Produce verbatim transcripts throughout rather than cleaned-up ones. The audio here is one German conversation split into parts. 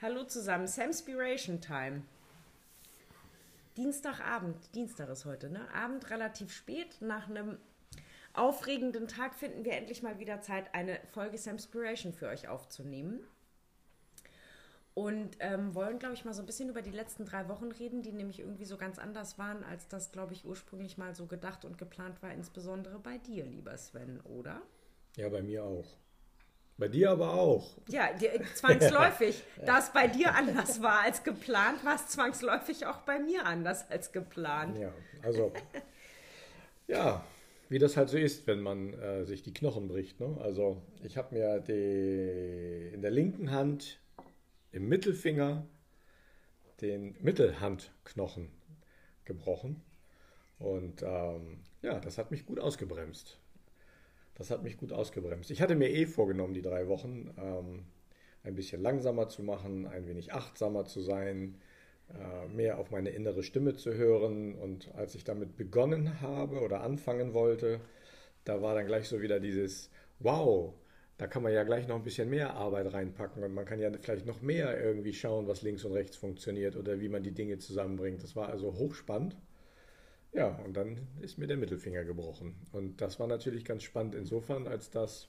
Hallo zusammen, Samspiration Time. Dienstagabend, Dienstag ist heute, ne? Abend relativ spät. Nach einem aufregenden Tag finden wir endlich mal wieder Zeit, eine Folge Samspiration für euch aufzunehmen. Und ähm, wollen, glaube ich, mal so ein bisschen über die letzten drei Wochen reden, die nämlich irgendwie so ganz anders waren, als das, glaube ich, ursprünglich mal so gedacht und geplant war, insbesondere bei dir, lieber Sven, oder? Ja, bei mir auch. Bei dir aber auch. Ja, die, zwangsläufig. Da es bei dir anders war als geplant, war es zwangsläufig auch bei mir anders als geplant. Ja, also, ja, wie das halt so ist, wenn man äh, sich die Knochen bricht. Ne? Also, ich habe mir die, in der linken Hand, im Mittelfinger, den Mittelhandknochen gebrochen. Und ähm, ja, das hat mich gut ausgebremst. Das hat mich gut ausgebremst. Ich hatte mir eh vorgenommen, die drei Wochen ähm, ein bisschen langsamer zu machen, ein wenig achtsamer zu sein, äh, mehr auf meine innere Stimme zu hören. Und als ich damit begonnen habe oder anfangen wollte, da war dann gleich so wieder dieses, wow, da kann man ja gleich noch ein bisschen mehr Arbeit reinpacken und man kann ja vielleicht noch mehr irgendwie schauen, was links und rechts funktioniert oder wie man die Dinge zusammenbringt. Das war also hochspannend. Ja, und dann ist mir der Mittelfinger gebrochen. Und das war natürlich ganz spannend insofern, als dass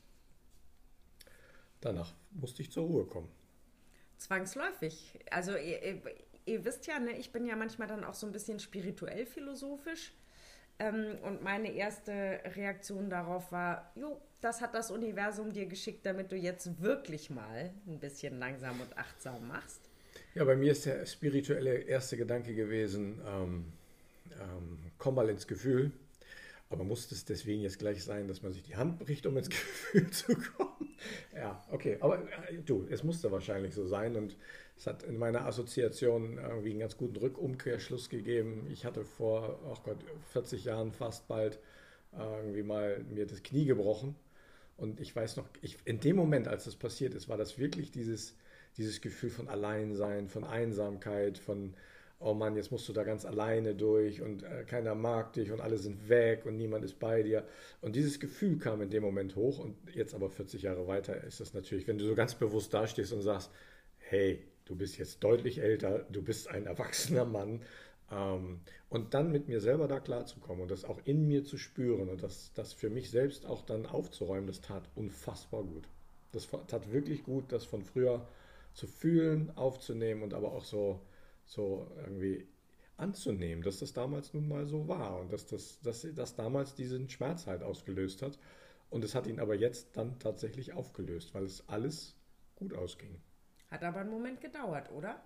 danach musste ich zur Ruhe kommen. Zwangsläufig. Also ihr, ihr, ihr wisst ja, ne, ich bin ja manchmal dann auch so ein bisschen spirituell philosophisch. Ähm, und meine erste Reaktion darauf war, jo, das hat das Universum dir geschickt, damit du jetzt wirklich mal ein bisschen langsam und achtsam machst. Ja, bei mir ist der spirituelle erste Gedanke gewesen, ähm, ähm, komm mal ins Gefühl. Aber muss es deswegen jetzt gleich sein, dass man sich die Hand bricht, um ins Gefühl zu kommen? Ja, okay. Aber äh, du, es musste wahrscheinlich so sein. Und es hat in meiner Assoziation irgendwie einen ganz guten Rückumkehrschluss gegeben. Ich hatte vor, ach Gott, vierzig Jahren fast bald äh, irgendwie mal mir das Knie gebrochen. Und ich weiß noch, ich, in dem Moment, als das passiert ist, war das wirklich dieses, dieses Gefühl von Alleinsein, von Einsamkeit, von oh Mann, jetzt musst du da ganz alleine durch und äh, keiner mag dich und alle sind weg und niemand ist bei dir. Und dieses Gefühl kam in dem Moment hoch und jetzt aber vierzig Jahre weiter ist das natürlich, wenn du so ganz bewusst dastehst und sagst, hey, du bist jetzt deutlich älter, du bist ein erwachsener Mann. Ähm, und dann mit mir selber da klarzukommen und das auch in mir zu spüren und das, das für mich selbst auch dann aufzuräumen, das tat unfassbar gut. Das tat wirklich gut, das von früher zu fühlen, aufzunehmen und aber auch so so irgendwie anzunehmen, dass das damals nun mal so war und dass das, dass das damals diesen Schmerz halt ausgelöst hat. Und es hat ihn aber jetzt dann tatsächlich aufgelöst, weil es alles gut ausging. Hat aber einen Moment gedauert, oder?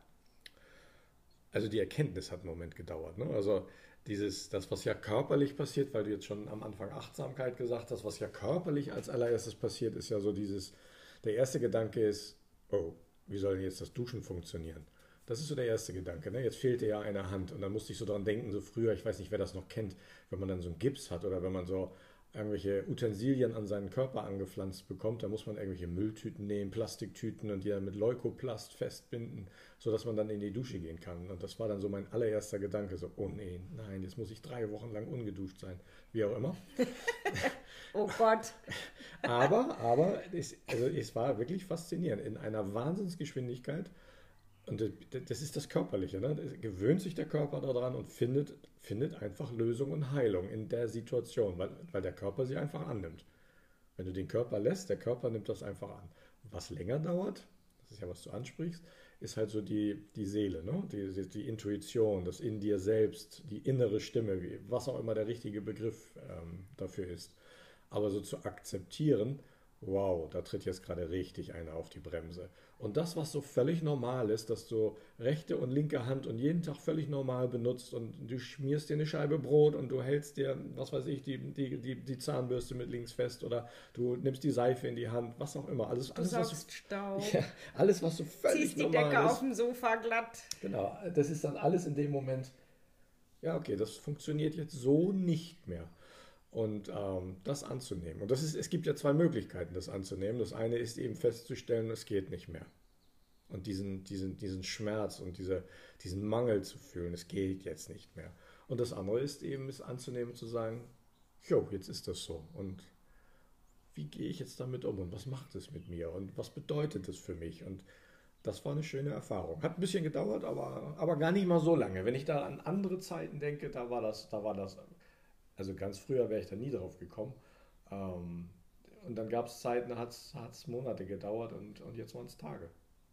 Also die Erkenntnis hat einen Moment gedauert. Ne? Also dieses, das, was ja körperlich passiert, weil du jetzt schon am Anfang Achtsamkeit gesagt hast, was ja körperlich als allererstes passiert, ist ja so dieses, der erste Gedanke ist, oh, wie soll denn jetzt das Duschen funktionieren? Das ist so der erste Gedanke. Ne? Jetzt fehlt dir ja eine Hand. Und dann musste ich so dran denken, so früher, ich weiß nicht, wer das noch kennt, wenn man dann so einen Gips hat oder wenn man so irgendwelche Utensilien an seinen Körper angepflanzt bekommt, da muss man irgendwelche Mülltüten nehmen, Plastiktüten und die dann mit Leukoplast festbinden, sodass man dann in die Dusche gehen kann. Und das war dann so mein allererster Gedanke, so, oh nee, nein, jetzt muss ich drei Wochen lang ungeduscht sein. Wie auch immer. Oh Gott. aber, aber, es, also es war wirklich faszinierend. In einer Wahnsinnsgeschwindigkeit. Und das ist das Körperliche. Ne? Da gewöhnt sich der Körper daran und findet, findet einfach Lösung und Heilung in der Situation, weil, weil der Körper sie einfach annimmt. Wenn du den Körper lässt, der Körper nimmt das einfach an. Was länger dauert, das ist ja, was du ansprichst, ist halt so die, die Seele, ne? die, die, die Intuition, das in dir selbst, die innere Stimme, wie, was auch immer der richtige Begriff ähm, dafür ist. Aber so zu akzeptieren, wow, da tritt jetzt gerade richtig einer auf die Bremse. Und das, was so völlig normal ist, dass du rechte und linke Hand und jeden Tag völlig normal benutzt und du schmierst dir eine Scheibe Brot und du hältst dir, was weiß ich, die, die, die, die Zahnbürste mit links fest oder du nimmst die Seife in die Hand, was auch immer. Alles, Du alles, was, saugst Staub, ja, alles, was so völlig ziehst die normal Decke auf ist. dem Sofa glatt. Genau, das ist dann alles in dem Moment, ja, okay, das funktioniert jetzt so nicht mehr. Und ähm, das anzunehmen. Und das ist, es gibt ja zwei Möglichkeiten, das anzunehmen. Das eine ist eben festzustellen, es geht nicht mehr. Und diesen, diesen, diesen Schmerz und diese, diesen Mangel zu fühlen, es geht jetzt nicht mehr. Und das andere ist eben, es anzunehmen, zu sagen, jo, jetzt ist das so. Und wie gehe ich jetzt damit um? Und was macht es mit mir? Und was bedeutet das für mich? Und Das war eine schöne Erfahrung. Hat ein bisschen gedauert, aber, aber gar nicht mal so lange. Wenn ich da an andere Zeiten denke, da war das, da war das, also ganz früher wäre ich da nie drauf gekommen. Ähm, und dann gab es Zeiten, da hat es Monate gedauert und, und jetzt waren es Tage.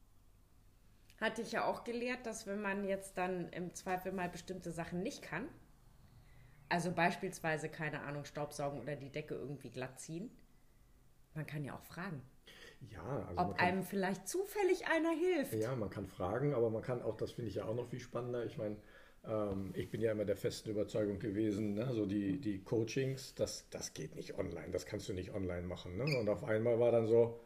Hatte ich ja auch gelehrt, dass wenn man jetzt dann im Zweifel mal bestimmte Sachen nicht kann, also beispielsweise, keine Ahnung, Staubsaugen oder die Decke irgendwie glatt ziehen, man kann ja auch fragen. Ja, also Ob man kann, einem vielleicht zufällig einer hilft. ja, man kann fragen, aber man kann auch, das finde ich ja auch noch viel spannender. Ich meine, ähm, ich bin ja immer der festen Überzeugung gewesen, ne? So die, die Coachings, das, das geht nicht online, das kannst du nicht online machen. Ne? Und auf einmal war dann so,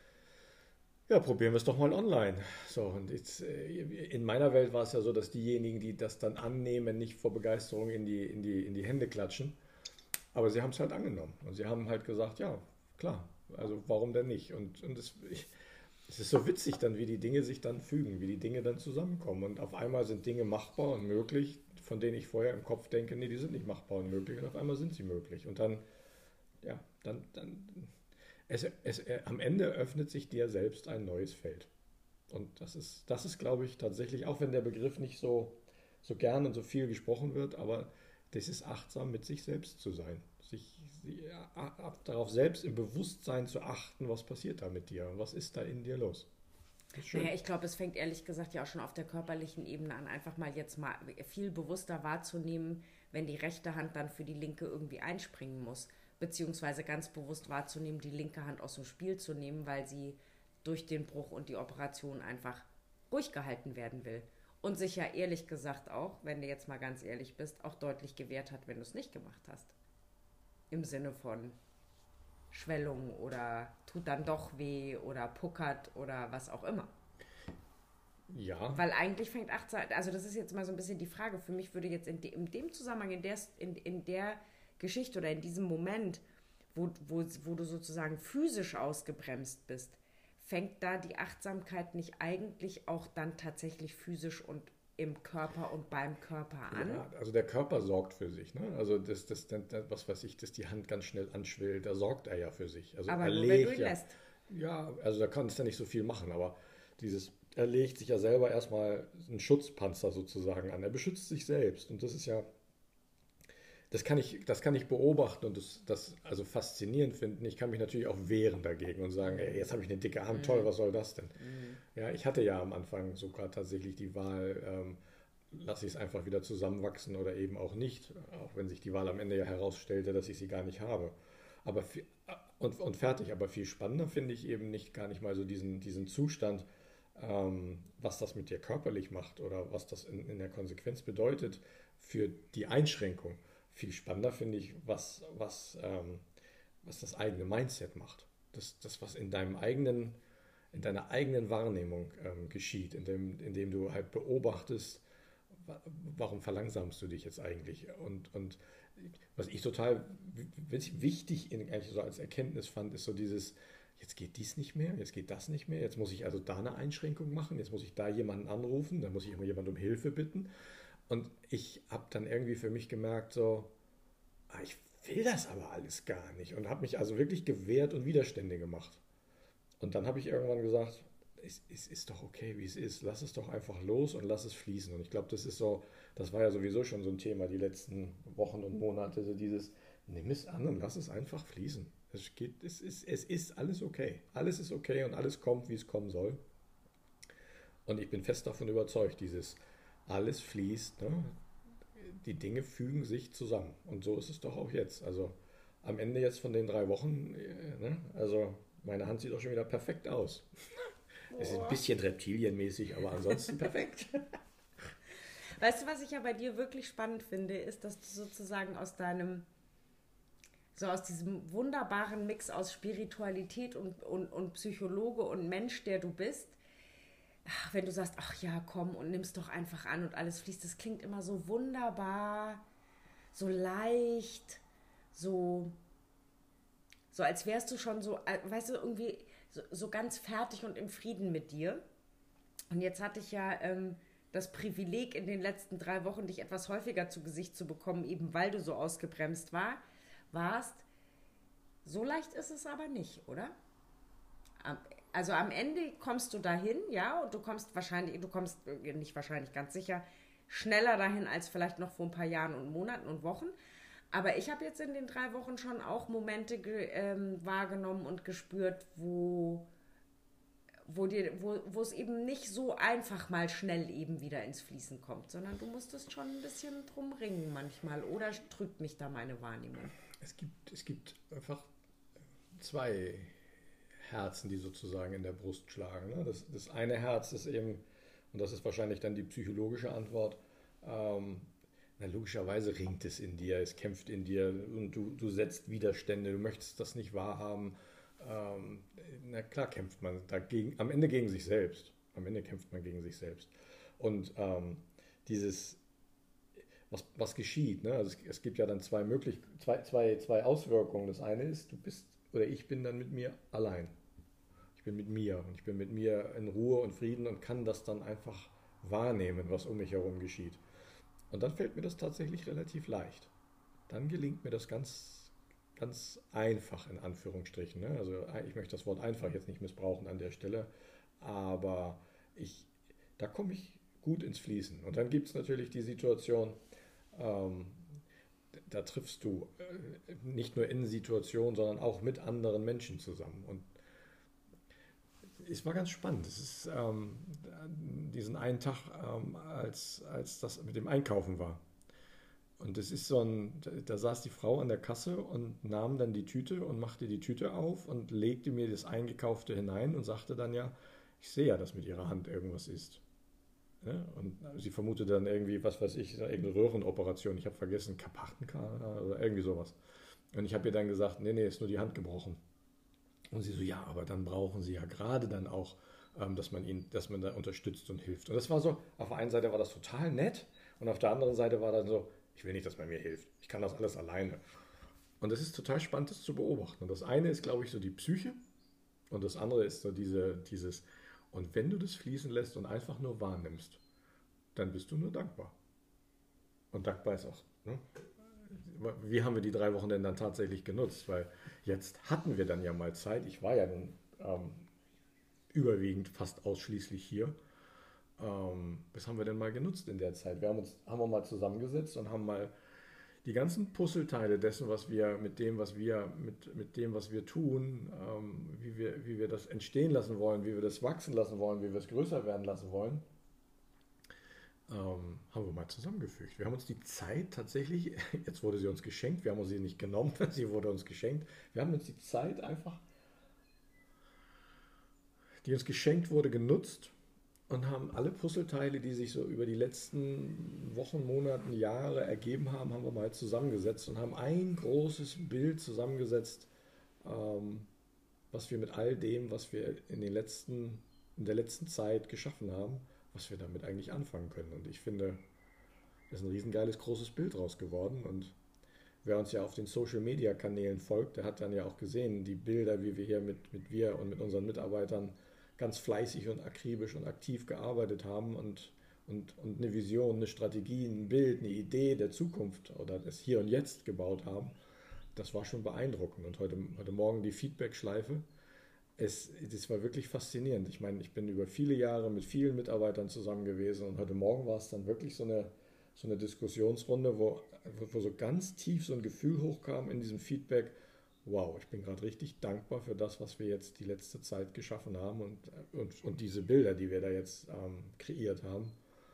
ja, probieren wir es doch mal online. So, und jetzt, äh, in meiner Welt war es ja so, dass diejenigen, die das dann annehmen, nicht vor Begeisterung in die, in die, in die Hände klatschen. Aber sie haben es halt angenommen. Und sie haben halt gesagt, ja, klar, also warum denn nicht? Und, und es, ich, es ist so witzig dann, wie die Dinge sich dann fügen, wie die Dinge dann zusammenkommen. Und auf einmal sind Dinge machbar und möglich, von denen ich vorher im Kopf denke, nee, die sind nicht machbar und möglich. Und auf einmal sind sie möglich. Und dann, ja, dann, dann es, es, äh, am Ende öffnet sich dir selbst ein neues Feld. Und das ist, das ist, glaube ich, tatsächlich, auch wenn der Begriff nicht so, so gern und so viel gesprochen wird, aber das ist achtsam mit sich selbst zu sein. Sich sie, ja, darauf selbst im Bewusstsein zu achten, was passiert da mit dir und was ist da in dir los. Das ist schön. Naja, ich glaube, es fängt ehrlich gesagt ja auch schon auf der körperlichen Ebene an, einfach mal jetzt mal viel bewusster wahrzunehmen, wenn die rechte Hand dann für die linke irgendwie einspringen muss. Beziehungsweise ganz bewusst wahrzunehmen, die linke Hand aus dem Spiel zu nehmen, weil sie durch den Bruch und die Operation einfach ruhig gehalten werden will. Und sich ja ehrlich gesagt auch, wenn du jetzt mal ganz ehrlich bist, auch deutlich gewehrt hat, wenn du es nicht gemacht hast. Im Sinne von Schwellung oder tut dann doch weh oder puckert oder was auch immer. Ja, Weil eigentlich fängt achtsam, also das ist jetzt mal so ein bisschen die Frage, für mich würde jetzt in, de, in dem Zusammenhang, in der, in, in der Geschichte oder in diesem Moment, wo, wo, wo du sozusagen physisch ausgebremst bist, fängt da die Achtsamkeit nicht eigentlich auch dann tatsächlich physisch und im Körper und beim Körper an? ja, also der Körper sorgt für sich. Ne? Also das, das, das, was weiß ich, dass die Hand ganz schnell anschwillt, da sorgt er ja für sich. Also Aber er nur wenn du legt ihn ja, lässt. ja, also da kannst du ja nicht so viel machen, aber dieses, er legt sich ja selber erstmal einen Schutzpanzer sozusagen an. Er beschützt sich selbst und das ist ja, das kann ich, das kann ich beobachten und das, das also faszinierend finden. Ich kann mich natürlich auch wehren dagegen und sagen, ey, jetzt habe ich eine dicke Hand, toll, was soll das denn? Ja, ich hatte ja am Anfang sogar tatsächlich die Wahl, ähm, lasse ich es einfach wieder zusammenwachsen oder eben auch nicht, auch wenn sich die Wahl am Ende ja herausstellte, dass ich sie gar nicht habe. Aber viel, und, und fertig, aber viel spannender finde ich eben nicht gar nicht mal so diesen, diesen Zustand, ähm, was das mit dir körperlich macht oder was das in, in der Konsequenz bedeutet für die Einschränkung. Viel spannender finde ich, was, was, ähm, was das eigene Mindset macht. Das, das was in deinem eigenen, in deiner eigenen Wahrnehmung ähm, geschieht, indem, indem du halt beobachtest, wa- warum verlangsamst du dich jetzt eigentlich? Und, und was ich total w- wichtig in, eigentlich so als Erkenntnis fand, ist so dieses, jetzt geht dies nicht mehr, jetzt geht das nicht mehr, jetzt muss ich also da eine Einschränkung machen, jetzt muss ich da jemanden anrufen, dann muss ich immer jemanden um Hilfe bitten. Und ich habe dann irgendwie für mich gemerkt, so, ah, ich will das aber alles gar nicht. Und habe mich also wirklich gewehrt und Widerstände gemacht. Und dann habe ich irgendwann gesagt, es, es ist doch okay, wie es ist. Lass es doch einfach los und lass es fließen. Und ich glaube, das ist so, das war ja sowieso schon so ein Thema die letzten Wochen und Monate, so dieses, nimm es an und lass es einfach fließen. Es, geht, es, ist, es ist alles okay. Alles ist okay und alles kommt, wie es kommen soll. Und ich bin fest davon überzeugt, dieses alles fließt, ne? Die Dinge fügen sich zusammen. Und so ist es doch auch jetzt. Also am Ende jetzt von den drei Wochen, äh, ne? Also meine Hand sieht auch schon wieder perfekt aus. Es ist ein bisschen reptilienmäßig, aber ansonsten perfekt. Weißt du, was ich ja bei dir wirklich spannend finde, ist, dass du sozusagen aus deinem, so aus diesem wunderbaren Mix aus Spiritualität und, und, und Psychologe und Mensch, der du bist, ach, wenn du sagst, ach ja, komm und nimm's doch einfach an und alles fließt, das klingt immer so wunderbar, so leicht, so, so als wärst du schon so, äh, weißt du, irgendwie so, so ganz fertig und im Frieden mit dir. Und jetzt hatte ich ja ähm, das Privileg, in den letzten drei Wochen dich etwas häufiger zu Gesicht zu bekommen, eben weil du so ausgebremst war, warst. So leicht ist es aber nicht, oder? Also am Ende kommst du dahin, ja, und du kommst wahrscheinlich, du kommst äh, nicht wahrscheinlich, ganz sicher schneller dahin als vielleicht noch vor ein paar Jahren und Monaten und Wochen. Aber ich habe jetzt in den drei Wochen schon auch Momente ge, ähm, wahrgenommen und gespürt, wo, wo, dir, wo, wo es eben nicht so einfach mal schnell eben wieder ins Fließen kommt, sondern du musstest schon ein bisschen drum ringen manchmal. Oder trügt mich da meine Wahrnehmung? Es gibt, es gibt einfach zwei Herzen, die sozusagen in der Brust schlagen. Ne? Das, das eine Herz ist eben, und das ist wahrscheinlich dann die psychologische Antwort, ähm, na, logischerweise ringt es in dir, es kämpft in dir und du, du setzt Widerstände, du möchtest das nicht wahrhaben. Ähm, na klar kämpft man dagegen, am Ende gegen sich selbst. Am Ende kämpft man gegen sich selbst. Und ähm, dieses, was, was geschieht, ne? Also es, es gibt ja dann zwei, möglich, zwei, zwei, zwei Auswirkungen. Das eine ist, du bist oder ich bin dann mit mir allein. Ich bin mit mir und ich bin mit mir in Ruhe und Frieden und kann das dann einfach wahrnehmen, was um mich herum geschieht. Und dann fällt mir das tatsächlich relativ leicht. Dann gelingt mir das ganz, ganz einfach in Anführungsstrichen. Ne? Also ich möchte das Wort einfach jetzt nicht missbrauchen an der Stelle, aber ich, da komme ich gut ins Fließen. Und dann gibt es natürlich die Situation, ähm, da triffst du äh, nicht nur in Situationen, sondern auch mit anderen Menschen zusammen. Und es war ganz spannend. Es ist ähm, diesen einen Tag, ähm, als, als das mit dem Einkaufen war. Und es ist so ein, da saß die Frau an der Kasse und nahm dann die Tüte und machte die Tüte auf und legte mir das Eingekaufte hinein und sagte dann ja, ich sehe ja, dass mit ihrer Hand irgendwas ist. Ja, und sie vermutete dann irgendwie, was weiß ich, irgendeine Röhrenoperation. Ich habe vergessen, Karpatenkater oder irgendwie sowas. Und ich habe ihr dann gesagt, nee, nee, ist nur die Hand gebrochen. Und sie so, ja, aber dann brauchen sie ja gerade dann auch, ähm, dass man ihn, dass man da unterstützt und hilft. Und das war so, auf der einen Seite war das total nett und auf der anderen Seite war dann so, ich will nicht, dass man mir hilft. Ich kann das alles alleine. Und das ist total spannend, das zu beobachten. Und das eine ist, glaube ich, so die Psyche und das andere ist so diese, dieses, und wenn du das fließen lässt und einfach nur wahrnimmst, dann bist du nur dankbar. Und dankbar ist auch, ne? Wie haben wir die drei Wochen denn dann tatsächlich genutzt? Weil jetzt hatten wir dann ja mal Zeit. Ich war ja nun ähm, überwiegend fast ausschließlich hier. Ähm, was haben wir denn mal genutzt in der Zeit? Wir haben uns haben wir mal zusammengesetzt und haben mal die ganzen Puzzleteile dessen, was wir mit dem, was wir mit, mit dem, was wir tun, ähm, wie wir, wie wir das entstehen lassen wollen, wie wir das wachsen lassen wollen, wie wir es größer werden lassen wollen, ähm, haben wir mal zusammengefügt. Wir haben uns die Zeit tatsächlich, jetzt wurde sie uns geschenkt, wir haben sie nicht genommen, sie wurde uns geschenkt. Wir haben uns die Zeit einfach, die uns geschenkt wurde, genutzt und haben alle Puzzleteile, die sich so über die letzten Wochen, Monaten, Jahre ergeben haben, haben wir mal zusammengesetzt und haben ein großes Bild zusammengesetzt, ähm, was wir mit all dem, was wir in den letzten, in der letzten Zeit geschaffen haben, was wir damit eigentlich anfangen können. Und ich finde, da ist ein riesengeiles, großes Bild raus geworden. Und wer uns ja auf den Social-Media-Kanälen folgt, der hat dann ja auch gesehen, die Bilder, wie wir hier mit, mit wir und mit unseren Mitarbeitern ganz fleißig und akribisch und aktiv gearbeitet haben und, und, und eine Vision, eine Strategie, ein Bild, eine Idee der Zukunft oder des Hier und Jetzt gebaut haben. Das war schon beeindruckend. Und heute, heute Morgen die Feedback-Schleife. Es, das war wirklich faszinierend. Ich meine, ich bin über viele Jahre mit vielen Mitarbeitern zusammen gewesen und heute Morgen war es dann wirklich so eine, so eine Diskussionsrunde, wo, wo so ganz tief so ein Gefühl hochkam in diesem Feedback, wow, ich bin gerade richtig dankbar für das, was wir jetzt die letzte Zeit geschaffen haben und, und, und diese Bilder, die wir da jetzt ähm, kreiert haben.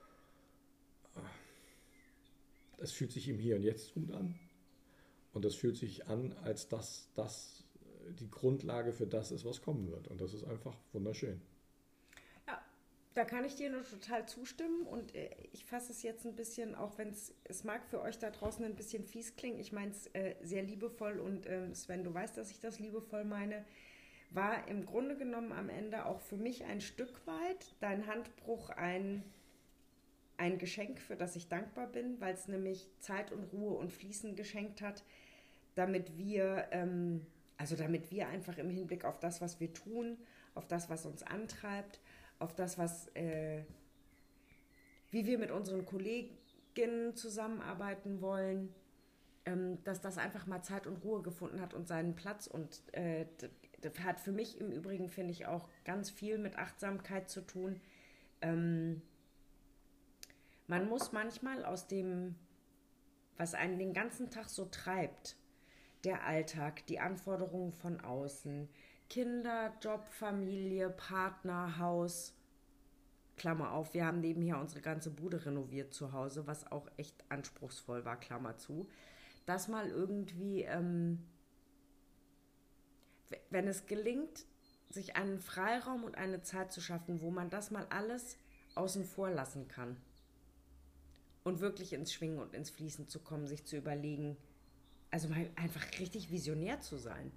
Es fühlt sich im Hier und Jetzt gut an und es fühlt sich an, als dass das die Grundlage für das ist, was kommen wird. Und das ist einfach wunderschön. Ja, da kann ich dir nur total zustimmen und ich fasse es jetzt ein bisschen, auch wenn es, es mag für euch da draußen ein bisschen fies klingen, ich meine es äh, sehr liebevoll und äh, Sven, du weißt, dass ich das liebevoll meine, war im Grunde genommen am Ende auch für mich ein Stück weit dein Handbruch ein, ein Geschenk, für das ich dankbar bin, weil es nämlich Zeit und Ruhe und Fließen geschenkt hat, damit wir ähm, Also damit wir einfach im Hinblick auf das, was wir tun, auf das, was uns antreibt, auf das, was, äh, wie wir mit unseren Kolleginnen zusammenarbeiten wollen, ähm, dass das einfach mal Zeit und Ruhe gefunden hat und seinen Platz. Und äh, das hat für mich im Übrigen, finde ich, auch ganz viel mit Achtsamkeit zu tun. Ähm, man muss manchmal aus dem, was einen den ganzen Tag so treibt, der Alltag, die Anforderungen von außen, Kinder, Job, Familie, Partner, Haus, Klammer auf, wir haben nebenher unsere ganze Bude renoviert zu Hause, was auch echt anspruchsvoll war, Klammer zu, dass mal irgendwie, ähm, wenn es gelingt, sich einen Freiraum und eine Zeit zu schaffen, wo man das mal alles außen vor lassen kann und wirklich ins Schwingen und ins Fließen zu kommen, sich zu überlegen, also mal einfach richtig visionär zu sein.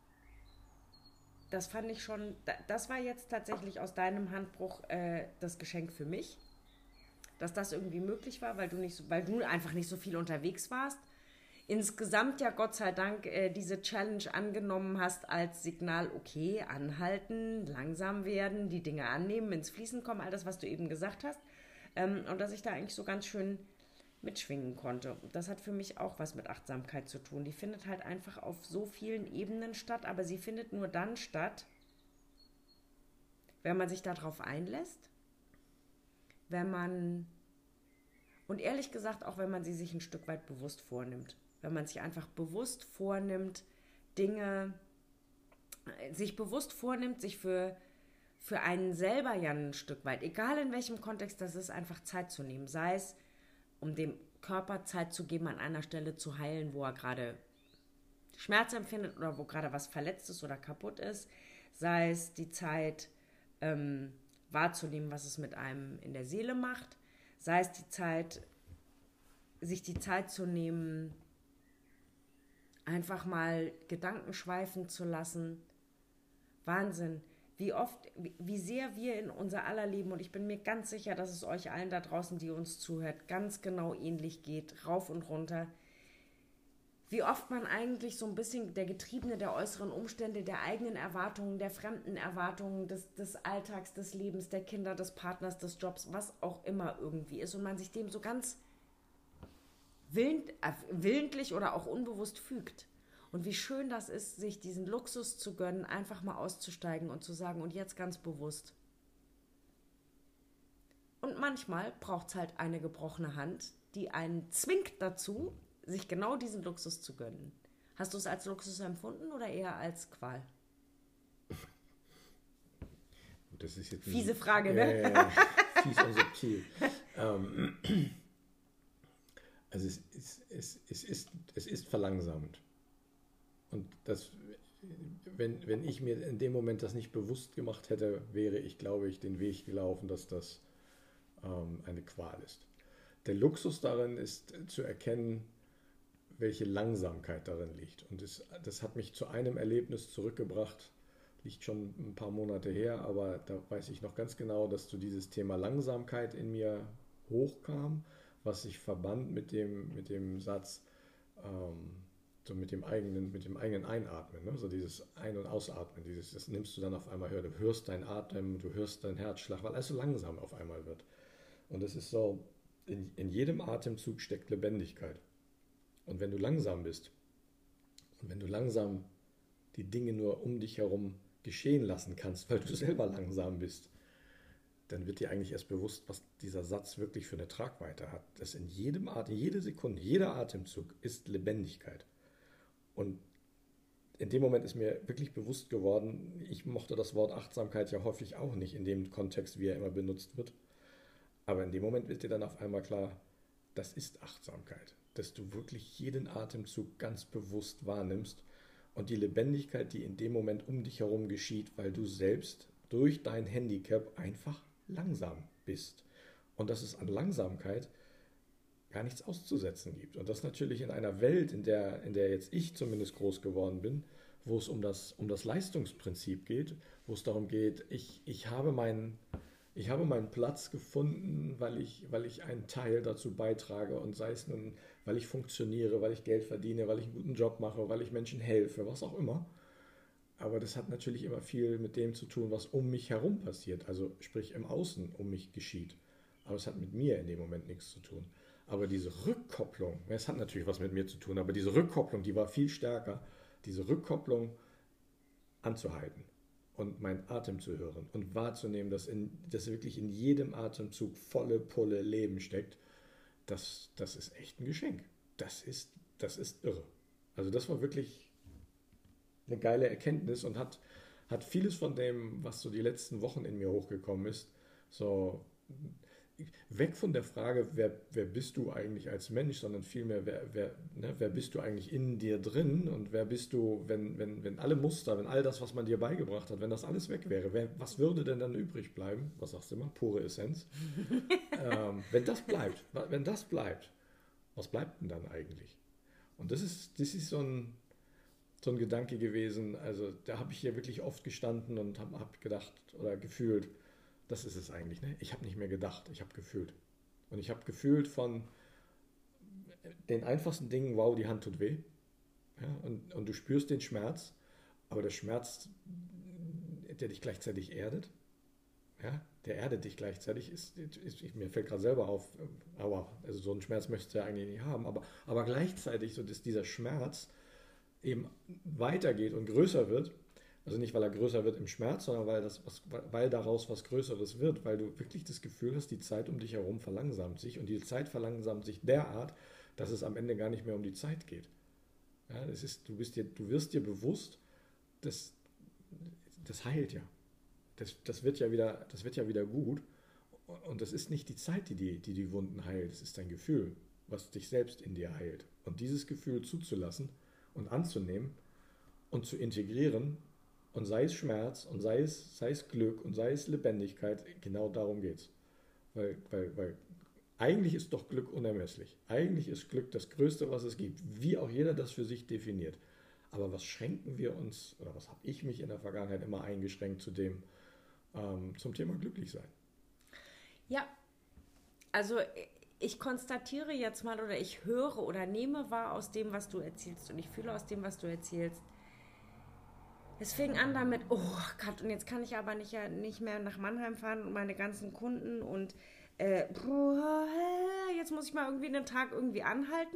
Das fand ich schon, das war jetzt tatsächlich aus deinem Handbuch äh, das Geschenk für mich, dass das irgendwie möglich war, weil du nicht so, weil du einfach nicht so viel unterwegs warst. Insgesamt ja Gott sei Dank äh, diese Challenge angenommen hast als Signal, okay, anhalten, langsam werden, die Dinge annehmen, ins Fließen kommen, all das, was du eben gesagt hast. Ähm, und dass ich da eigentlich so ganz schön mitschwingen konnte. Das hat für mich auch was mit Achtsamkeit zu tun. Die findet halt einfach auf so vielen Ebenen statt, aber sie findet nur dann statt, wenn man sich darauf einlässt, wenn man, und ehrlich gesagt auch, wenn man sie sich ein Stück weit bewusst vornimmt. Wenn man sich einfach bewusst vornimmt, Dinge, sich bewusst vornimmt, sich für, für einen selber ja ein Stück weit, egal in welchem Kontext das ist, einfach Zeit zu nehmen. Sei es, um dem Körper Zeit zu geben, an einer Stelle zu heilen, wo er gerade Schmerz empfindet oder wo gerade was verletzt ist oder kaputt ist. Sei es die Zeit ähm, wahrzunehmen, was es mit einem in der Seele macht. Sei es die Zeit, sich die Zeit zu nehmen, einfach mal Gedanken schweifen zu lassen. Wahnsinn. Wie oft, wie sehr wir in unser aller Leben, und ich bin mir ganz sicher, dass es euch allen da draußen, die uns zuhört, ganz genau ähnlich geht, rauf und runter, wie oft man eigentlich so ein bisschen der Getriebene der äußeren Umstände, der eigenen Erwartungen, der fremden Erwartungen, des, des Alltags, des Lebens, der Kinder, des Partners, des Jobs, was auch immer irgendwie ist, und man sich dem so ganz willend, äh, willentlich oder auch unbewusst fügt. Und wie schön das ist, sich diesen Luxus zu gönnen, einfach mal auszusteigen und zu sagen, und jetzt ganz bewusst. Und manchmal braucht es halt eine gebrochene Hand, die einen zwingt dazu, sich genau diesen Luxus zu gönnen. Hast du es als Luxus empfunden oder eher als Qual? Das ist jetzt fiese Frage, ne? Äh, fies und subtil. ähm, also es ist, es, es, ist, es ist verlangsamend. Und das, wenn, wenn ich mir in dem Moment das nicht bewusst gemacht hätte, wäre ich, glaube ich, den Weg gelaufen, dass das ähm, eine Qual ist. Der Luxus darin ist zu erkennen, welche Langsamkeit darin liegt. Und das, das hat mich zu einem Erlebnis zurückgebracht, liegt schon ein paar Monate her, aber da weiß ich noch ganz genau, dass so dieses Thema Langsamkeit in mir hochkam, was sich verband mit dem, mit dem Satz, ähm, so mit dem eigenen, mit dem eigenen Einatmen, ne? So dieses Ein- und Ausatmen, dieses, das nimmst du dann auf einmal, hör, du hörst deinen Atem, du hörst deinen Herzschlag, weil alles so langsam auf einmal wird. Und es ist so, in, in jedem Atemzug steckt Lebendigkeit. Und wenn du langsam bist und wenn du langsam die Dinge nur um dich herum geschehen lassen kannst, weil du selber langsam bist, dann wird dir eigentlich erst bewusst, was dieser Satz wirklich für eine Tragweite hat. Dass in jedem Atem, jede Sekunde, jeder Atemzug ist Lebendigkeit. Und in dem Moment ist mir wirklich bewusst geworden, ich mochte das Wort Achtsamkeit ja häufig auch nicht in dem Kontext, wie er immer benutzt wird. Aber in dem Moment wird dir dann auf einmal klar, das ist Achtsamkeit. Dass du wirklich jeden Atemzug ganz bewusst wahrnimmst und die Lebendigkeit, die in dem Moment um dich herum geschieht, weil du selbst durch dein Handicap einfach langsam bist. Und dass es an Langsamkeit gar nichts auszusetzen gibt. Und das natürlich in einer Welt, in der, in der jetzt ich zumindest groß geworden bin, wo es um das, um das Leistungsprinzip geht, wo es darum geht, ich, ich, habe meinen, ich habe meinen Platz gefunden, weil ich, weil ich einen Teil dazu beitrage und sei es nun, weil ich funktioniere, weil ich Geld verdiene, weil ich einen guten Job mache, weil ich Menschen helfe, was auch immer. Aber das hat natürlich immer viel mit dem zu tun, was um mich herum passiert, also sprich im Außen um mich geschieht. Aber es hat mit mir in dem Moment nichts zu tun. Aber diese Rückkopplung, es hat natürlich was mit mir zu tun, aber diese Rückkopplung, die war viel stärker. Diese Rückkopplung anzuhalten und meinen Atem zu hören und wahrzunehmen, dass, in, dass wirklich in jedem Atemzug volle Pulle Leben steckt, das, das ist echt ein Geschenk. Das ist, das ist irre. Also das war wirklich eine geile Erkenntnis und hat, hat vieles von dem, was so die letzten Wochen in mir hochgekommen ist, so weg von der Frage, wer, wer bist du eigentlich als Mensch, sondern vielmehr, wer, wer, ne, wer bist du eigentlich in dir drin und wer bist du, wenn, wenn, wenn alle Muster, wenn all das, was man dir beigebracht hat, wenn das alles weg wäre, wer, was würde denn dann übrig bleiben? Was sagst du immer? Pure Essenz. ähm, wenn das bleibt, wenn das bleibt, was bleibt denn dann eigentlich? Und das ist, das ist so ein, so ein Gedanke gewesen, also da habe ich hier wirklich oft gestanden und habe hab gedacht oder gefühlt, das ist es eigentlich. Ne? Ich habe nicht mehr gedacht, ich habe gefühlt. Und ich habe gefühlt von den einfachsten Dingen, wow, die Hand tut weh. Ja? Und, und du spürst den Schmerz, aber der Schmerz, der dich gleichzeitig erdet, ja? Der erdet dich gleichzeitig, ist, ist, ist mir fällt gerade selber auf, aua, also so einen Schmerz möchtest du ja eigentlich nicht haben, aber, aber gleichzeitig, so dass dieser Schmerz eben weitergeht und größer wird. Also nicht, weil er größer wird im Schmerz, sondern weil, das was, weil daraus was Größeres wird, weil du wirklich das Gefühl hast, die Zeit um dich herum verlangsamt sich und die Zeit verlangsamt sich derart, dass es am Ende gar nicht mehr um die Zeit geht. Ja, das ist, du, bist dir, du wirst dir bewusst, dass das heilt ja. Das, das, wird ja wieder, das wird ja wieder gut und das ist nicht die Zeit, die die, die die Wunden heilt, es ist dein Gefühl, was dich selbst in dir heilt. Und dieses Gefühl zuzulassen und anzunehmen und zu integrieren, und sei es Schmerz und sei es, sei es Glück und sei es Lebendigkeit, genau darum geht es. Weil, weil, weil eigentlich ist doch Glück unermesslich. Eigentlich ist Glück das Größte, was es gibt, wie auch jeder das für sich definiert. Aber was schränken wir uns, oder was habe ich mich in der Vergangenheit immer eingeschränkt zu dem, ähm, zum Thema Glücklichsein? Ja, also ich konstatiere jetzt mal oder ich höre oder nehme wahr aus dem, was du erzählst und ich fühle aus dem, was du erzählst. Es fing an damit, oh Gott, und jetzt kann ich aber nicht, ja, nicht mehr nach Mannheim fahren und meine ganzen Kunden und äh, jetzt muss ich mal irgendwie einen Tag irgendwie anhalten.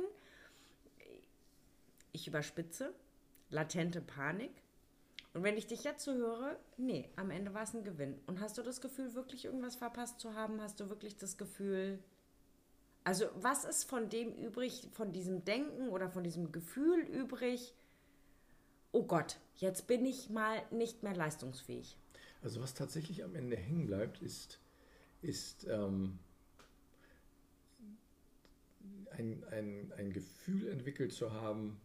Ich überspitze, latente Panik. Und wenn ich dich jetzt so höre, nee, am Ende war es ein Gewinn. Und hast du das Gefühl, wirklich irgendwas verpasst zu haben? Hast du wirklich das Gefühl, also was ist von dem übrig, von diesem Denken oder von diesem Gefühl übrig, oh Gott, jetzt bin ich mal nicht mehr leistungsfähig? Also was tatsächlich am Ende hängen bleibt, ist, ist ähm, ein, ein, ein Gefühl entwickelt zu haben,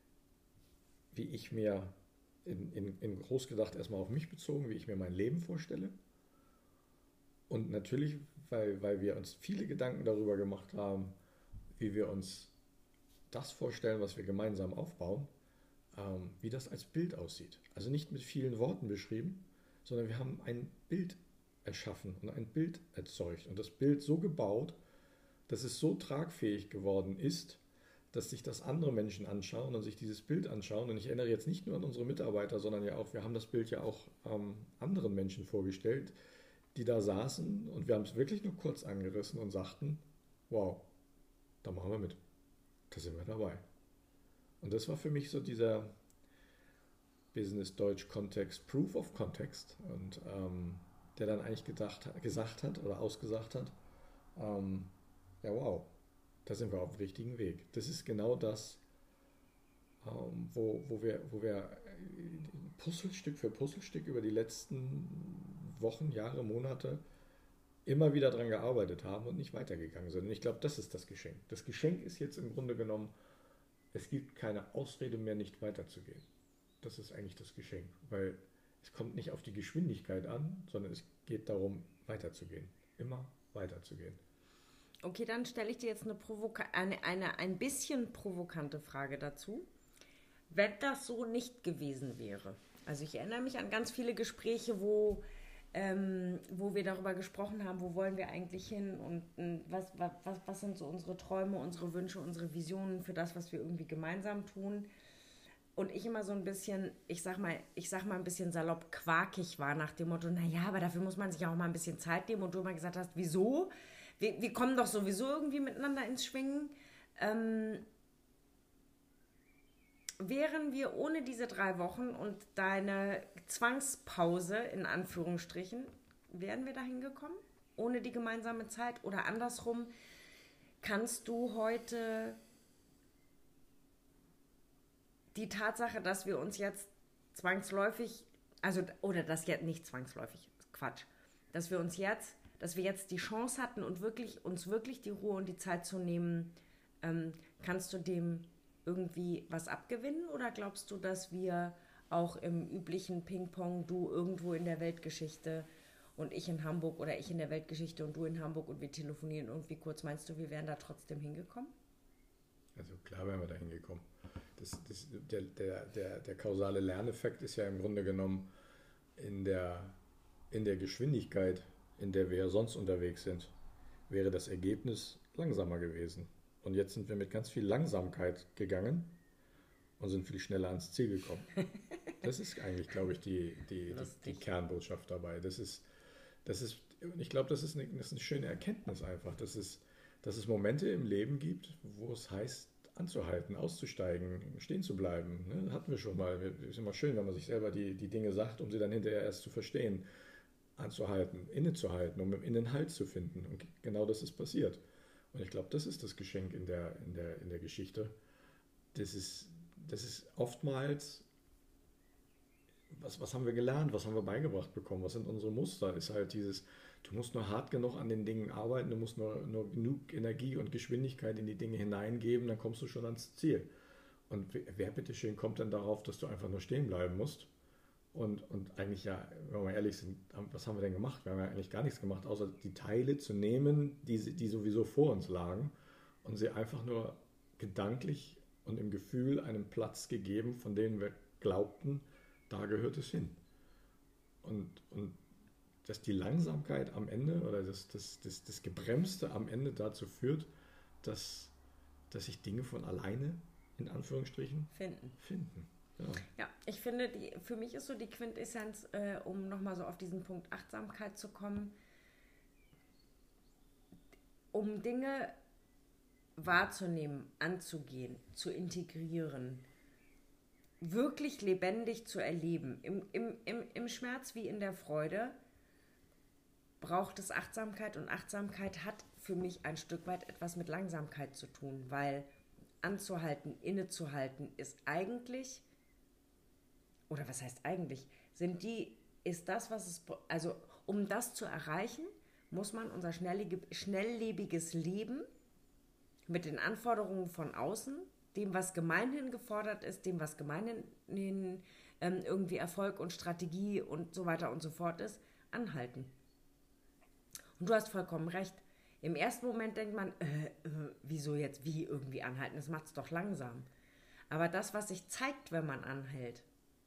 wie ich mir in, in, in groß gedacht erstmal auf mich bezogen, wie ich mir mein Leben vorstelle. Und natürlich, weil, weil wir uns viele Gedanken darüber gemacht haben, wie wir uns das vorstellen, was wir gemeinsam aufbauen, ähm, wie das als Bild aussieht. Also nicht mit vielen Worten beschrieben, sondern wir haben ein Bild erschaffen und ein Bild erzeugt und das Bild so gebaut, dass es so tragfähig geworden ist, dass sich das andere Menschen anschauen und sich dieses Bild anschauen. Und ich erinnere jetzt nicht nur an unsere Mitarbeiter, sondern ja auch, wir haben das Bild ja auch ähm, anderen Menschen vorgestellt, die da saßen und wir haben es wirklich nur kurz angerissen und sagten, wow, da machen wir mit, da sind wir dabei. Und das war für mich so dieser Business-Deutsch-Kontext, Proof of Context, und ähm, der dann eigentlich gedacht, gesagt hat oder ausgesagt hat, ähm, ja wow, da sind wir auf dem richtigen Weg. Das ist genau das, ähm, wo, wo wir, wo wir Puzzlestück für Puzzlestück über die letzten Wochen, Jahre, Monate immer wieder dran gearbeitet haben und nicht weitergegangen sind. Und ich glaube, das ist das Geschenk. Das Geschenk ist jetzt im Grunde genommen, es gibt keine Ausrede mehr, nicht weiterzugehen. Das ist eigentlich das Geschenk, weil es kommt nicht auf die Geschwindigkeit an, sondern es geht darum, weiterzugehen. Immer weiterzugehen. Okay, dann stelle ich dir jetzt eine, Provoka- eine, eine ein bisschen provokante Frage dazu. Wenn das so nicht gewesen wäre, also ich erinnere mich an ganz viele Gespräche, wo, ähm, wo wir darüber gesprochen haben, wo wollen wir eigentlich hin und äh, was, was, was sind so unsere Träume, unsere Wünsche, unsere Visionen für das, was wir irgendwie gemeinsam tun. Und ich immer so ein bisschen, ich sag mal, ich sag mal ein bisschen salopp quakig war nach dem Motto, naja, aber dafür muss man sich auch mal ein bisschen Zeit nehmen. Und du immer gesagt hast, wieso? Wir, wir kommen doch sowieso irgendwie miteinander ins Schwingen. Ähm, wären wir ohne diese drei Wochen und deine Zwangspause, in Anführungsstrichen, wären wir dahin gekommen? Ohne die gemeinsame Zeit? Oder andersrum, kannst du heute die Tatsache, dass wir uns jetzt zwangsläufig, also, oder das jetzt nicht zwangsläufig, Quatsch, dass wir uns jetzt, dass wir jetzt die Chance hatten und wirklich, uns wirklich die Ruhe und die Zeit zu nehmen, ähm, kannst du dem irgendwie was abgewinnen oder glaubst du, dass wir auch im üblichen Ping-Pong, du irgendwo in der Weltgeschichte und ich in Hamburg oder ich in der Weltgeschichte und du in Hamburg und wir telefonieren irgendwie kurz, meinst du, wir wären da trotzdem hingekommen? Also klar wären wir da hingekommen. Das, das, der, der, der, der kausale Lerneffekt ist ja im Grunde genommen in der, in der Geschwindigkeit, in der wir ja sonst unterwegs sind, wäre das Ergebnis langsamer gewesen. Und jetzt sind wir mit ganz viel Langsamkeit gegangen und sind viel schneller ans Ziel gekommen. Das ist eigentlich, glaube ich, die, die, die, die Kernbotschaft dabei. Das ist, das ist, ich glaube, das ist, eine, das ist eine schöne Erkenntnis einfach, dass es, dass es Momente im Leben gibt, wo es heißt, anzuhalten, auszusteigen, stehen zu bleiben. Ne? Hatten wir schon mal. Es ist immer schön, wenn man sich selber die, die Dinge sagt, um sie dann hinterher erst zu verstehen. Anzuhalten, innezuhalten, um im Innen Halt zu finden. Und genau das ist passiert. Und ich glaube, das ist das Geschenk in der, in der, in der Geschichte. Das ist, das ist oftmals, was, was haben wir gelernt, was haben wir beigebracht bekommen, was sind unsere Muster, ist halt dieses, du musst nur hart genug an den Dingen arbeiten, du musst nur, nur genug Energie und Geschwindigkeit in die Dinge hineingeben, dann kommst du schon ans Ziel. Und wer bitteschön kommt denn darauf, dass du einfach nur stehen bleiben musst? Und, und eigentlich ja, wenn wir ehrlich sind, was haben wir denn gemacht? Wir haben ja eigentlich gar nichts gemacht, außer die Teile zu nehmen, die, die sowieso vor uns lagen und sie einfach nur gedanklich und im Gefühl einen Platz gegeben, von dem wir glaubten, da gehört es hin. Und, und dass die Langsamkeit am Ende oder das, das, das, das Gebremste am Ende dazu führt, dass, dass sich Dinge von alleine, in Anführungsstrichen, finden. finden. Ja. Ja, ich finde, die, für mich ist so die Quintessenz, äh, um nochmal so auf diesen Punkt Achtsamkeit zu kommen, um Dinge wahrzunehmen, anzugehen, zu integrieren, wirklich lebendig zu erleben, im, im, im, im Schmerz wie in der Freude, braucht es Achtsamkeit und Achtsamkeit hat für mich ein Stück weit etwas mit Langsamkeit zu tun, weil anzuhalten, innezuhalten ist eigentlich, oder was heißt eigentlich, sind die, ist das, was es, also um das zu erreichen, muss man unser schnelllebiges Leben mit den Anforderungen von außen, dem, was gemeinhin gefordert ist, dem, was gemeinhin ähm, irgendwie Erfolg und Strategie und so weiter und so fort ist, anhalten. Und du hast vollkommen recht. Im ersten Moment denkt man, äh, äh, wieso jetzt wie irgendwie anhalten? Das macht es doch langsam. Aber das, was sich zeigt, wenn man anhält,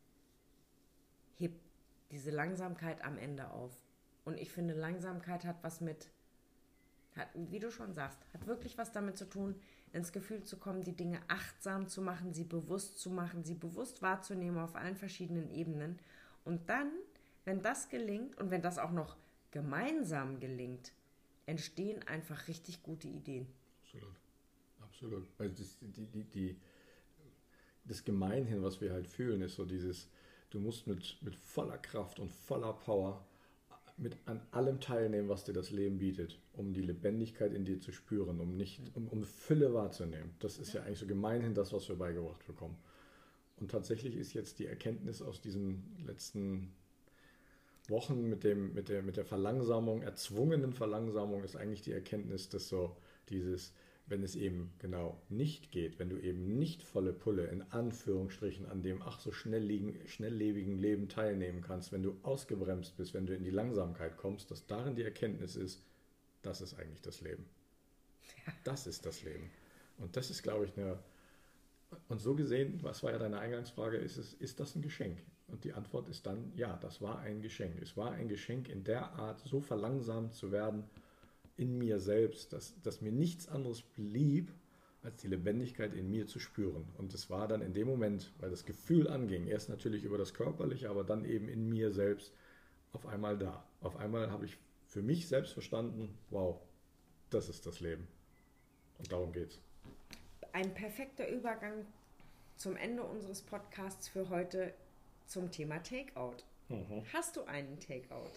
hebt diese Langsamkeit am Ende auf. Und ich finde, Langsamkeit hat was mit, hat, wie du schon sagst, hat wirklich was damit zu tun, ins Gefühl zu kommen, die Dinge achtsam zu machen, sie bewusst zu machen, sie bewusst wahrzunehmen auf allen verschiedenen Ebenen. Und dann, wenn das gelingt und wenn das auch noch gemeinsam gelingt, entstehen einfach richtig gute Ideen. Absolut. Absolut. Weil das, die, die, die, das Gemeinhin, was wir halt fühlen, ist so dieses, du musst mit, mit voller Kraft und voller Power mit an allem teilnehmen, was dir das Leben bietet, um die Lebendigkeit in dir zu spüren, um nicht, um, um Fülle wahrzunehmen. Das ist ja. ja eigentlich so gemeinhin das, was wir beigebracht bekommen. Und tatsächlich ist jetzt die Erkenntnis aus diesen letzten Wochen mit dem, mit der, mit der Verlangsamung, erzwungenen Verlangsamung, ist eigentlich die Erkenntnis, dass so dieses, wenn es eben genau nicht geht, wenn du eben nicht volle Pulle in Anführungsstrichen an dem ach so schnelllebigen Leben teilnehmen kannst, wenn du ausgebremst bist, wenn du in die Langsamkeit kommst, dass darin die Erkenntnis ist, das ist eigentlich das Leben. Ja. Das ist das Leben. Und das ist, glaube ich, eine... Und so gesehen, was war ja deine Eingangsfrage, ist, es, ist das ein Geschenk? Und die Antwort ist dann, ja, das war ein Geschenk. Es war ein Geschenk, in der Art so verlangsamt zu werden in mir selbst, dass, dass mir nichts anderes blieb, als die Lebendigkeit in mir zu spüren. Und es war dann in dem Moment, weil das Gefühl anging, erst natürlich über das Körperliche, aber dann eben in mir selbst auf einmal da. Auf einmal habe ich für mich selbst verstanden, wow, das ist das Leben. Und darum geht's. Ein perfekter Übergang zum Ende unseres Podcasts für heute zum Thema Takeout. Mhm. Hast du einen Takeout?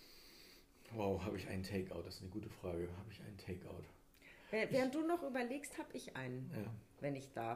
Wow, habe ich einen Takeout? Das ist eine gute Frage. Habe ich einen Takeout? Während ich, du noch überlegst, habe ich einen, ja. wenn ich darf.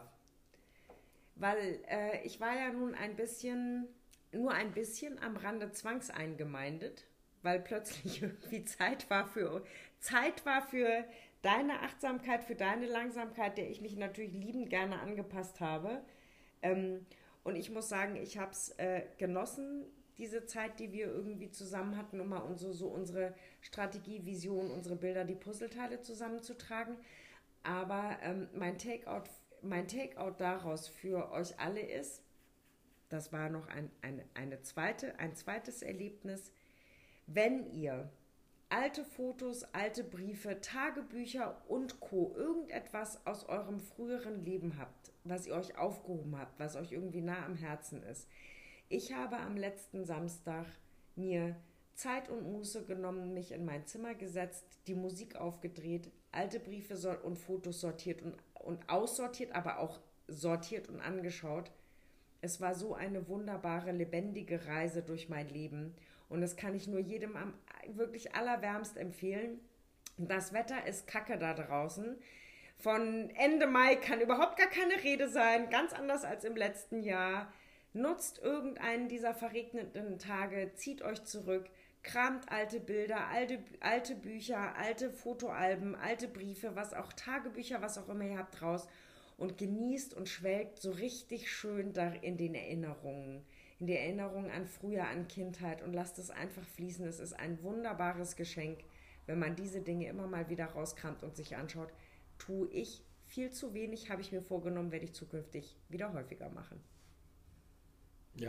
Weil äh, ich war ja nun ein bisschen, nur ein bisschen am Rande zwangseingemeindet, weil plötzlich irgendwie Zeit war für, Zeit war für deine Achtsamkeit, für deine Langsamkeit, der ich mich natürlich liebend gerne angepasst habe. Ähm, und ich muss sagen, ich habe es äh, genossen, diese Zeit, die wir irgendwie zusammen hatten, um mal unsere, so unsere Strategie, Vision, unsere Bilder, die Puzzleteile zusammenzutragen. Aber ähm, mein Takeout, mein Takeout daraus für euch alle ist, das war noch ein, ein, eine zweite, ein zweites Erlebnis, wenn ihr alte Fotos, alte Briefe, Tagebücher und Co. irgendetwas aus eurem früheren Leben habt, was ihr euch aufgehoben habt, was euch irgendwie nah am Herzen ist. Ich habe am letzten Samstag mir Zeit und Muße genommen, mich in mein Zimmer gesetzt, die Musik aufgedreht, alte Briefe und Fotos sortiert und, und aussortiert, aber auch sortiert und angeschaut. Es war so eine wunderbare, lebendige Reise durch mein Leben und das kann ich nur jedem am wirklich allerwärmst empfehlen. Das Wetter ist kacke da draußen. Von Ende Mai kann überhaupt gar keine Rede sein, ganz anders als im letzten Jahr. Nutzt irgendeinen dieser verregneten Tage, zieht euch zurück, kramt alte Bilder, alte, alte Bücher, alte Fotoalben, alte Briefe, was auch Tagebücher, was auch immer ihr habt raus und genießt und schwelgt so richtig schön da in den Erinnerungen, in die Erinnerungen an früher, an Kindheit und lasst es einfach fließen. Es ist ein wunderbares Geschenk, wenn man diese Dinge immer mal wieder rauskramt und sich anschaut. Tue ich viel zu wenig, habe ich mir vorgenommen, werde ich zukünftig wieder häufiger machen. Ja,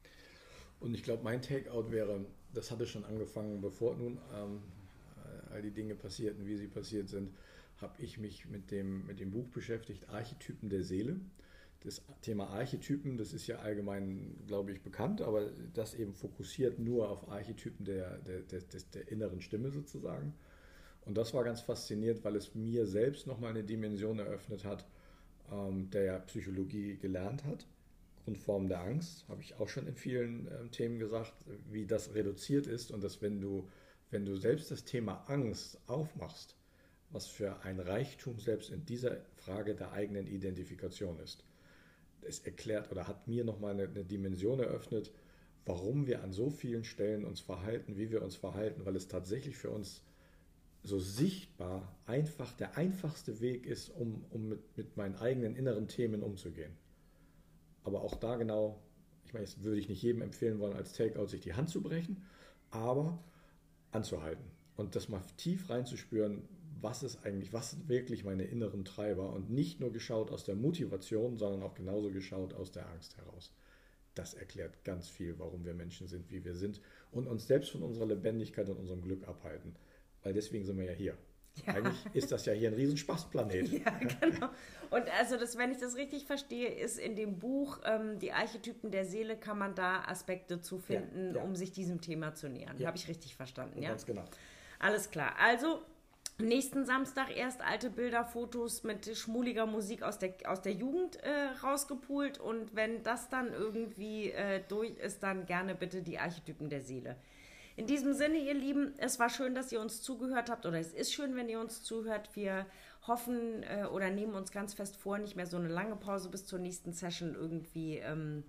und ich glaube, mein Takeout wäre, das hatte schon angefangen, bevor nun ähm, all die Dinge passierten, wie sie passiert sind, habe ich mich mit dem, mit dem Buch beschäftigt, Archetypen der Seele. Das Thema Archetypen, das ist ja allgemein, glaube ich, bekannt, aber das eben fokussiert nur auf Archetypen der, der, der, der, der inneren Stimme sozusagen. Und das war ganz faszinierend, weil es mir selbst nochmal eine Dimension eröffnet hat, ähm, der ja Psychologie gelernt hat. Grundformen der Angst, habe ich auch schon in vielen äh, Themen gesagt, wie das reduziert ist und dass wenn du, wenn du selbst das Thema Angst aufmachst, was für ein Reichtum selbst in dieser Frage der eigenen Identifikation ist. Es erklärt oder hat mir nochmal eine, eine Dimension eröffnet, warum wir an so vielen Stellen uns verhalten, wie wir uns verhalten, weil es tatsächlich für uns so sichtbar einfach der einfachste Weg ist, um, um mit, mit meinen eigenen inneren Themen umzugehen. Aber auch da genau, ich meine, das würde ich nicht jedem empfehlen wollen, als Takeout sich die Hand zu brechen, aber anzuhalten und das mal tief reinzuspüren, was ist eigentlich, was sind wirklich meine inneren Treiber und nicht nur geschaut aus der Motivation, sondern auch genauso geschaut aus der Angst heraus. Das erklärt ganz viel, warum wir Menschen sind, wie wir sind und uns selbst von unserer Lebendigkeit und unserem Glück abhalten, weil deswegen sind wir ja hier. Ja. Eigentlich ist das ja hier ein riesen Spaßplanet. Ja, genau. Und also das, wenn ich das richtig verstehe, ist in dem Buch ähm, die Archetypen der Seele, kann man da Aspekte zu finden, ja, ja. um sich diesem Thema zu nähern. Ja. Habe ich richtig verstanden, ja? Ganz genau. Alles klar. Also nächsten Samstag erst alte Bilder, Fotos mit schmuliger Musik aus der, aus der Jugend äh, rausgepult und wenn das dann irgendwie äh, durch ist, dann gerne bitte die Archetypen der Seele. In diesem Sinne, ihr Lieben, es war schön, dass ihr uns zugehört habt oder es ist schön, wenn ihr uns zuhört. Wir hoffen äh, oder nehmen uns ganz fest vor, nicht mehr so eine lange Pause bis zur nächsten Session irgendwie ähm,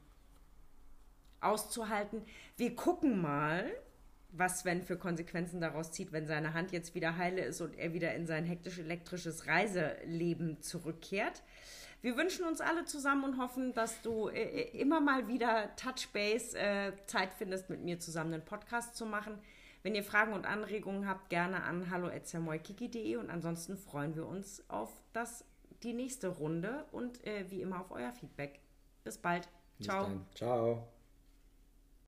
auszuhalten. Wir gucken mal, was Sven für Konsequenzen daraus zieht, wenn seine Hand jetzt wieder heile ist und er wieder in sein hektisch-elektrisches Reiseleben zurückkehrt. Wir wünschen uns alle zusammen und hoffen, dass du äh, immer mal wieder Touchbase äh, Zeit findest, mit mir zusammen einen Podcast zu machen. Wenn ihr Fragen und Anregungen habt, gerne an hallo at samoykiki punkt de und ansonsten freuen wir uns auf das, die nächste Runde und äh, wie immer auf euer Feedback. Bis bald. Ciao. Bis dann. Ciao.